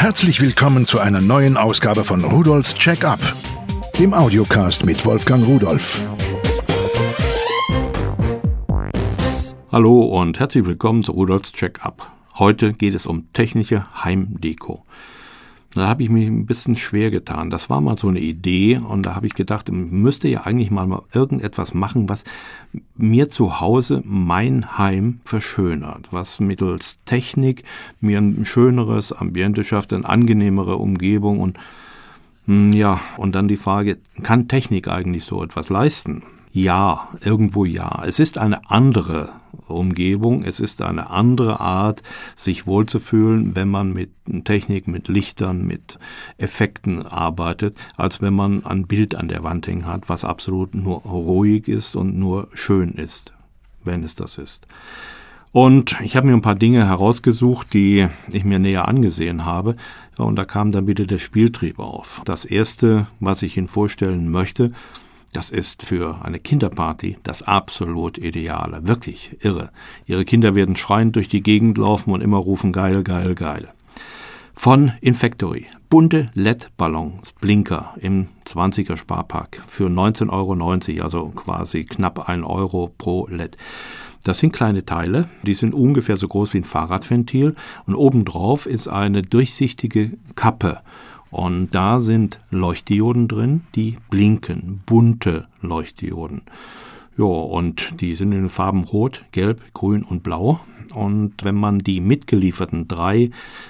Herzlich willkommen zu einer neuen Ausgabe von Rudolfs Check-up, dem Audiocast mit Wolfgang Rudolf. Hallo und herzlich willkommen zu Rudolfs Check-up. Heute geht es um technische Heimdeko. Da habe ich mich ein bisschen schwer getan. Das war mal so eine Idee und da habe ich gedacht, ich müsste ja eigentlich mal irgendetwas machen, was mir zu Hause mein Heim verschönert, was mittels Technik mir ein schöneres Ambiente schafft, eine angenehmere Umgebung und dann die Frage, kann Technik eigentlich so etwas leisten? Ja, irgendwo ja. Es ist eine andere Umgebung, es ist eine andere Art, sich wohlzufühlen, wenn man mit Technik, mit Lichtern, mit Effekten arbeitet, als wenn man ein Bild an der Wand hängen hat, was absolut nur ruhig ist und nur schön ist, wenn es das ist. Und ich habe mir ein paar Dinge herausgesucht, die ich mir näher angesehen habe. Und da kam dann wieder der Spieltrieb auf. Das erste, was ich Ihnen vorstellen möchte, das ist für eine Kinderparty das absolut Ideale, wirklich irre. Ihre Kinder werden schreiend durch die Gegend laufen und immer rufen, geil, geil, geil. Von Infactory, bunte LED-Ballons, Blinker im 20er Sparpack für 19,90 €, also quasi knapp 1 € pro LED. Das sind kleine Teile, die sind ungefähr so groß wie ein Fahrradventil und obendrauf ist eine durchsichtige Kappe. Und da sind Leuchtdioden drin, die blinken, bunte Leuchtdioden. Ja, und die sind in den Farben Rot, Gelb, Grün und Blau. Und wenn man die mitgelieferten 3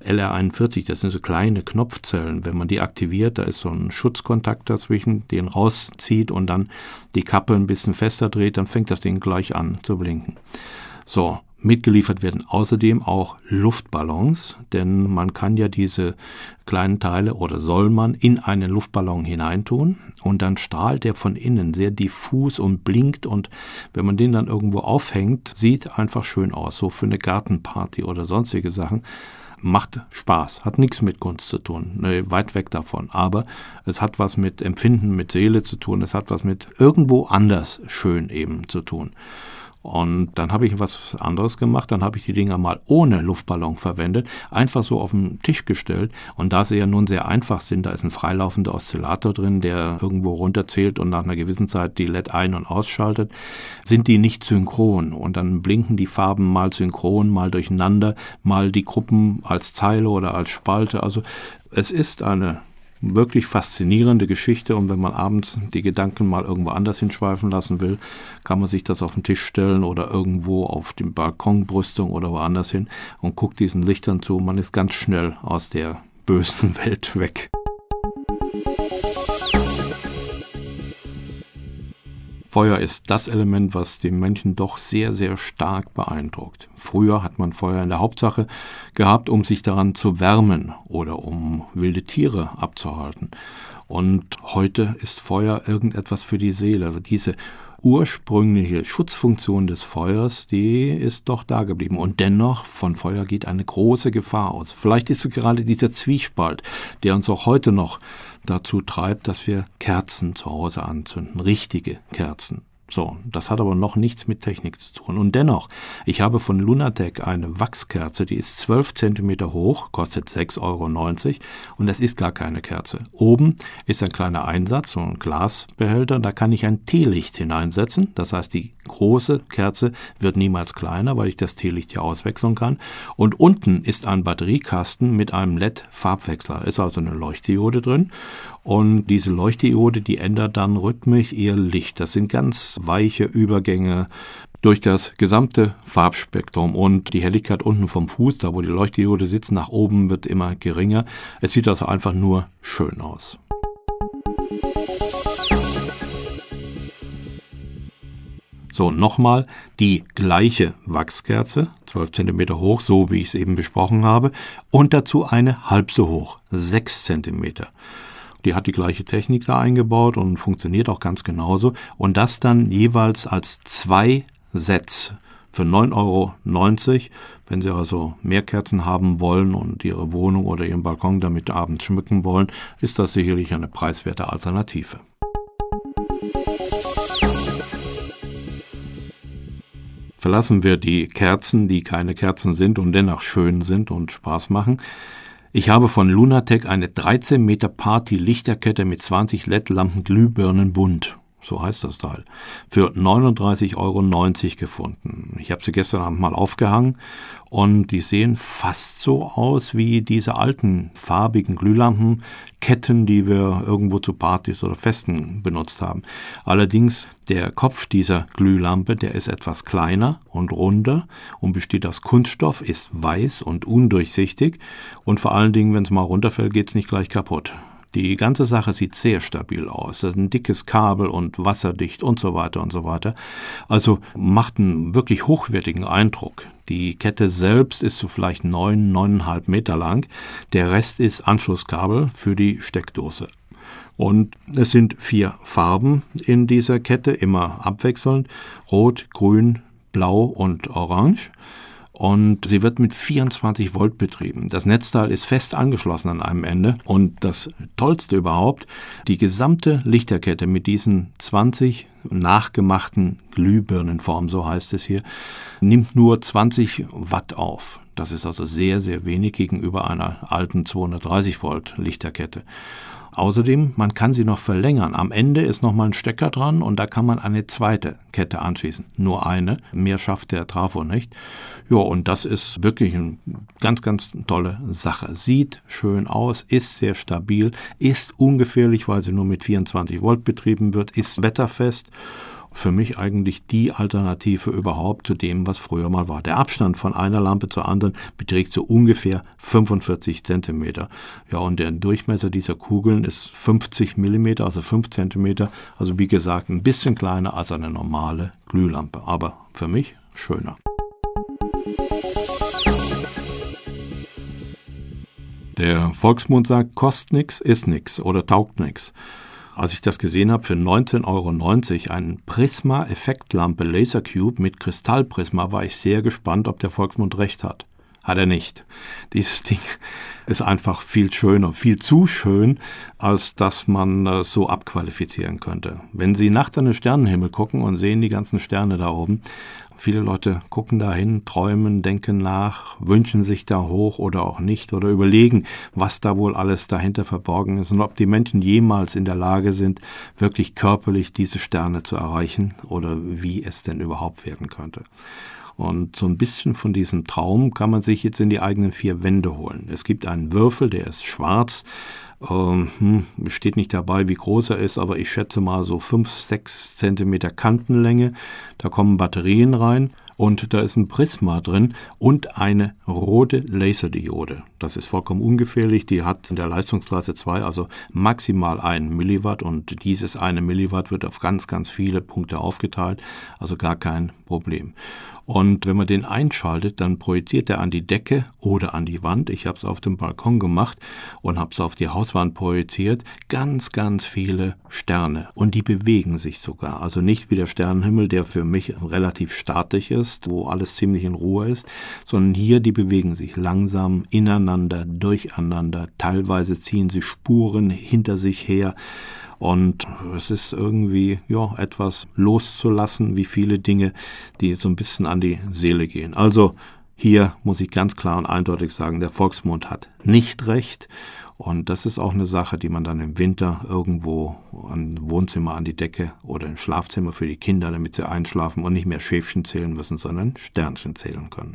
LR41, das sind so kleine Knopfzellen, wenn man die aktiviert, da ist so ein Schutzkontakt dazwischen, den rauszieht und dann die Kappe ein bisschen fester dreht, dann fängt das Ding gleich an zu blinken. So. Mitgeliefert werden außerdem auch Luftballons, denn man kann ja diese kleinen Teile oder soll man in einen Luftballon hineintun und dann strahlt der von innen sehr diffus und blinkt und wenn man den dann irgendwo aufhängt, sieht einfach schön aus, so für eine Gartenparty oder sonstige Sachen. Macht Spaß, hat nichts mit Kunst zu tun, weit weg davon, aber es hat was mit Empfinden, mit Seele zu tun, es hat was mit irgendwo anders schön eben zu tun. Und dann habe ich was anderes gemacht, dann habe ich die Dinger mal ohne Luftballon verwendet, einfach so auf den Tisch gestellt und da sie ja nun sehr einfach sind, da ist ein freilaufender Oszillator drin, der irgendwo runterzählt und nach einer gewissen Zeit die LED ein- und ausschaltet, sind die nicht synchron und dann blinken die Farben mal synchron, mal durcheinander, mal die Gruppen als Zeile oder als Spalte, also es ist eine wirklich faszinierende Geschichte und wenn man abends die Gedanken mal irgendwo anders hinschweifen lassen will, kann man sich das auf den Tisch stellen oder irgendwo auf die Balkonbrüstung oder woanders hin und guckt diesen Lichtern zu. Man ist ganz schnell aus der bösen Welt weg. Feuer ist das Element, was den Menschen doch sehr, sehr stark beeindruckt. Früher hat man Feuer in der Hauptsache gehabt, um sich daran zu wärmen oder um wilde Tiere abzuhalten. Und heute ist Feuer irgendetwas für die Seele. Diese ursprüngliche Schutzfunktion des Feuers, die ist doch da geblieben. Und dennoch, von Feuer geht eine große Gefahr aus. Vielleicht ist es gerade dieser Zwiespalt, der uns auch heute noch dazu treibt, dass wir Kerzen zu Hause anzünden, richtige Kerzen. So, das hat aber noch nichts mit Technik zu tun. Und dennoch, ich habe von Lunatec eine Wachskerze, die ist 12 Zentimeter hoch, kostet 6,90 € und das ist gar keine Kerze. Oben ist ein kleiner Einsatz, so ein Glasbehälter, da kann ich ein Teelicht hineinsetzen. Das heißt, die große Kerze wird niemals kleiner, weil ich das Teelicht hier auswechseln kann. Und unten ist ein Batteriekasten mit einem LED-Farbwechsler. Ist also eine Leuchtdiode drin. Und diese Leuchtdiode, die ändert dann rhythmisch ihr Licht. Das sind ganz weiche Übergänge durch das gesamte Farbspektrum. Und die Helligkeit unten vom Fuß, da wo die Leuchtdiode sitzt, nach oben wird immer geringer. Es sieht also einfach nur schön aus. So, nochmal die gleiche Wachskerze, 12 cm hoch, so wie ich es eben besprochen habe, und dazu eine halb so hoch, 6 cm. Die hat die gleiche Technik da eingebaut und funktioniert auch ganz genauso. Und das dann jeweils als 2 Sets für 9,90 €. Wenn Sie also mehr Kerzen haben wollen und Ihre Wohnung oder Ihren Balkon damit abends schmücken wollen, ist das sicherlich eine preiswerte Alternative. Verlassen wir die Kerzen, die keine Kerzen sind und dennoch schön sind und Spaß machen. Ich habe von Lunatec eine 13 Meter Party-Lichterkette mit 20 LED-Lampen Glühbirnen bunt. So heißt das Teil. Für 39,90 € gefunden. Ich habe sie gestern Abend mal aufgehangen und die sehen fast so aus wie diese alten farbigen Glühlampenketten, die wir irgendwo zu Partys oder Festen benutzt haben. Allerdings der Kopf dieser Glühlampe, der ist etwas kleiner und runder und besteht aus Kunststoff, ist weiß und undurchsichtig und vor allen Dingen, wenn es mal runterfällt, geht es nicht gleich kaputt. Die ganze Sache sieht sehr stabil aus. Das ist ein dickes Kabel und wasserdicht und so weiter und so weiter. Also macht einen wirklich hochwertigen Eindruck. Die Kette selbst ist so vielleicht 9,5 Meter lang. Der Rest ist Anschlusskabel für die Steckdose. Und es sind 4 Farben in dieser Kette, immer abwechselnd. Rot, Grün, Blau und Orange. Und sie wird mit 24 Volt betrieben. Das Netzteil ist fest angeschlossen an einem Ende. Und das Tollste überhaupt, die gesamte Lichterkette mit diesen 20 nachgemachten Glühbirnenformen, so heißt es hier, nimmt nur 20 Watt auf. Das ist also sehr, sehr wenig gegenüber einer alten 230 Volt Lichterkette. Außerdem, man kann sie noch verlängern. Am Ende ist nochmal ein Stecker dran und da kann man eine zweite Kette anschließen. Nur eine, mehr schafft der Trafo nicht. Ja, und das ist wirklich eine ganz, ganz tolle Sache. Sieht schön aus, ist sehr stabil, ist ungefährlich, weil sie nur mit 24 Volt betrieben wird, ist wetterfest. Für mich eigentlich die Alternative überhaupt zu dem, was früher mal war. Der Abstand von einer Lampe zur anderen beträgt so ungefähr 45 Zentimeter. Ja, und der Durchmesser dieser Kugeln ist 50 Millimeter, also 5 Zentimeter. Also wie gesagt, ein bisschen kleiner als eine normale Glühlampe. Aber für mich schöner. Der Volksmund sagt, kostet nix, ist nix oder taugt nix. Als ich das gesehen habe, für 19,90 € eine Prisma-Effektlampe Laser Cube mit Kristallprisma, war ich sehr gespannt, ob der Volksmund recht hat. Hat er nicht. Dieses Ding ist einfach viel schöner, viel zu schön, als dass man so abqualifizieren könnte. Wenn Sie nachts an den Sternenhimmel gucken und sehen die ganzen Sterne da oben, viele Leute gucken dahin, träumen, denken nach, wünschen sich da hoch oder auch nicht oder überlegen, was da wohl alles dahinter verborgen ist und ob die Menschen jemals in der Lage sind, wirklich körperlich diese Sterne zu erreichen oder wie es denn überhaupt werden könnte. Und so ein bisschen von diesem Traum kann man sich jetzt in die eigenen 4 Wände holen. Es gibt einen Würfel, der ist schwarz. Steht nicht dabei, wie groß er ist, aber ich schätze mal so 5-6 Zentimeter Kantenlänge. Da kommen Batterien rein und da ist ein Prisma drin und eine rote Laserdiode. Das ist vollkommen ungefährlich. Die hat in der Leistungsklasse 2 also maximal 1 Milliwatt und dieses 1 Milliwatt wird auf ganz, ganz viele Punkte aufgeteilt, also gar kein Problem. Und wenn man den einschaltet, dann projiziert er an die Decke oder an die Wand. Ich habe es auf dem Balkon gemacht und habe es auf die Hauswand projiziert. Ganz, ganz viele Sterne. Und die bewegen sich sogar. Also nicht wie der Sternenhimmel, der für mich relativ statisch ist, wo alles ziemlich in Ruhe ist, sondern hier, die bewegen sich langsam ineinander, durcheinander. Teilweise ziehen sie Spuren hinter sich her. Und es ist irgendwie etwas loszulassen, wie viele Dinge, die so ein bisschen an die Seele gehen. Also hier muss ich ganz klar und eindeutig sagen, der Volksmund hat nicht recht. Und das ist auch eine Sache, die man dann im Winter irgendwo am Wohnzimmer an die Decke oder im Schlafzimmer für die Kinder, damit sie einschlafen und nicht mehr Schäfchen zählen müssen, sondern Sternchen zählen können.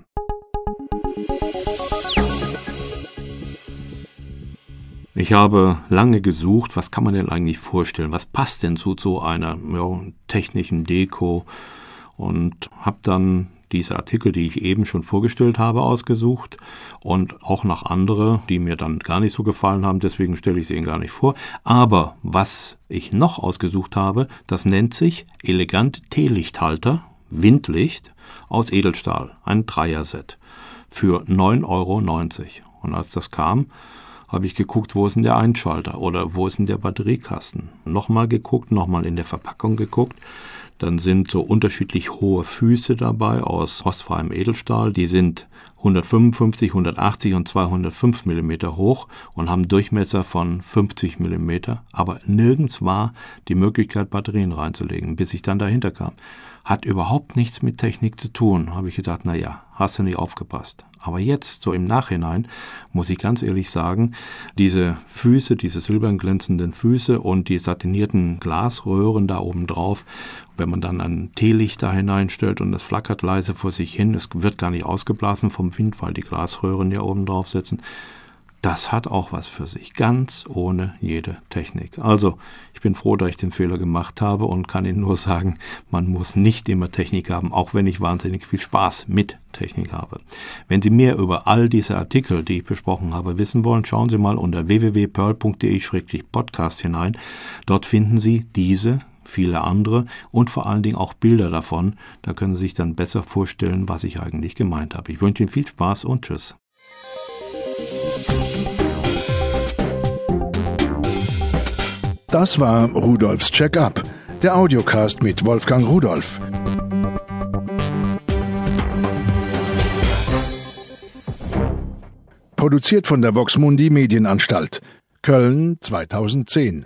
Ich habe lange gesucht, was kann man denn eigentlich vorstellen? Was passt denn zu so einer technischen Deko? Und habe dann diese Artikel, die ich eben schon vorgestellt habe, ausgesucht und auch noch andere, die mir dann gar nicht so gefallen haben. Deswegen stelle ich sie Ihnen gar nicht vor. Aber was ich noch ausgesucht habe, das nennt sich elegant Teelichthalter, Windlicht aus Edelstahl, ein Dreier-Set für 9,90 €. Und als das kam, habe ich geguckt, wo ist denn der Einschalter oder wo ist denn der Batteriekasten. Nochmal geguckt, nochmal in der Verpackung geguckt. Dann sind so unterschiedlich hohe Füße dabei aus rostfreiem Edelstahl. Die sind 155, 180 und 205 Millimeter hoch und haben Durchmesser von 50 Millimeter. Aber nirgends war die Möglichkeit, Batterien reinzulegen, bis ich dann dahinter kam. hat überhaupt nichts mit Technik zu tun. Habe ich gedacht, naja, hast du nicht aufgepasst. Aber jetzt, so im Nachhinein, muss ich ganz ehrlich sagen, diese Füße, diese silbern glänzenden Füße und die satinierten Glasröhren da oben drauf, wenn man dann ein Teelicht da hineinstellt und das flackert leise vor sich hin, es wird gar nicht ausgeblasen vom Wind, weil die Glasröhren ja oben drauf sitzen, das hat auch was für sich, ganz ohne jede Technik. Also, ich bin froh, dass ich den Fehler gemacht habe und kann Ihnen nur sagen, man muss nicht immer Technik haben, auch wenn ich wahnsinnig viel Spaß mit Technik habe. Wenn Sie mehr über all diese Artikel, die ich besprochen habe, wissen wollen, schauen Sie mal unter www.pearl.de/podcast hinein. Dort finden Sie diese, viele andere und vor allen Dingen auch Bilder davon. Da können Sie sich dann besser vorstellen, was ich eigentlich gemeint habe. Ich wünsche Ihnen viel Spaß und tschüss. Das war Rudolfs Check-up, der Audiocast mit Wolfgang Rudolf. Produziert von der Vox Mundi Medienanstalt, Köln 2010.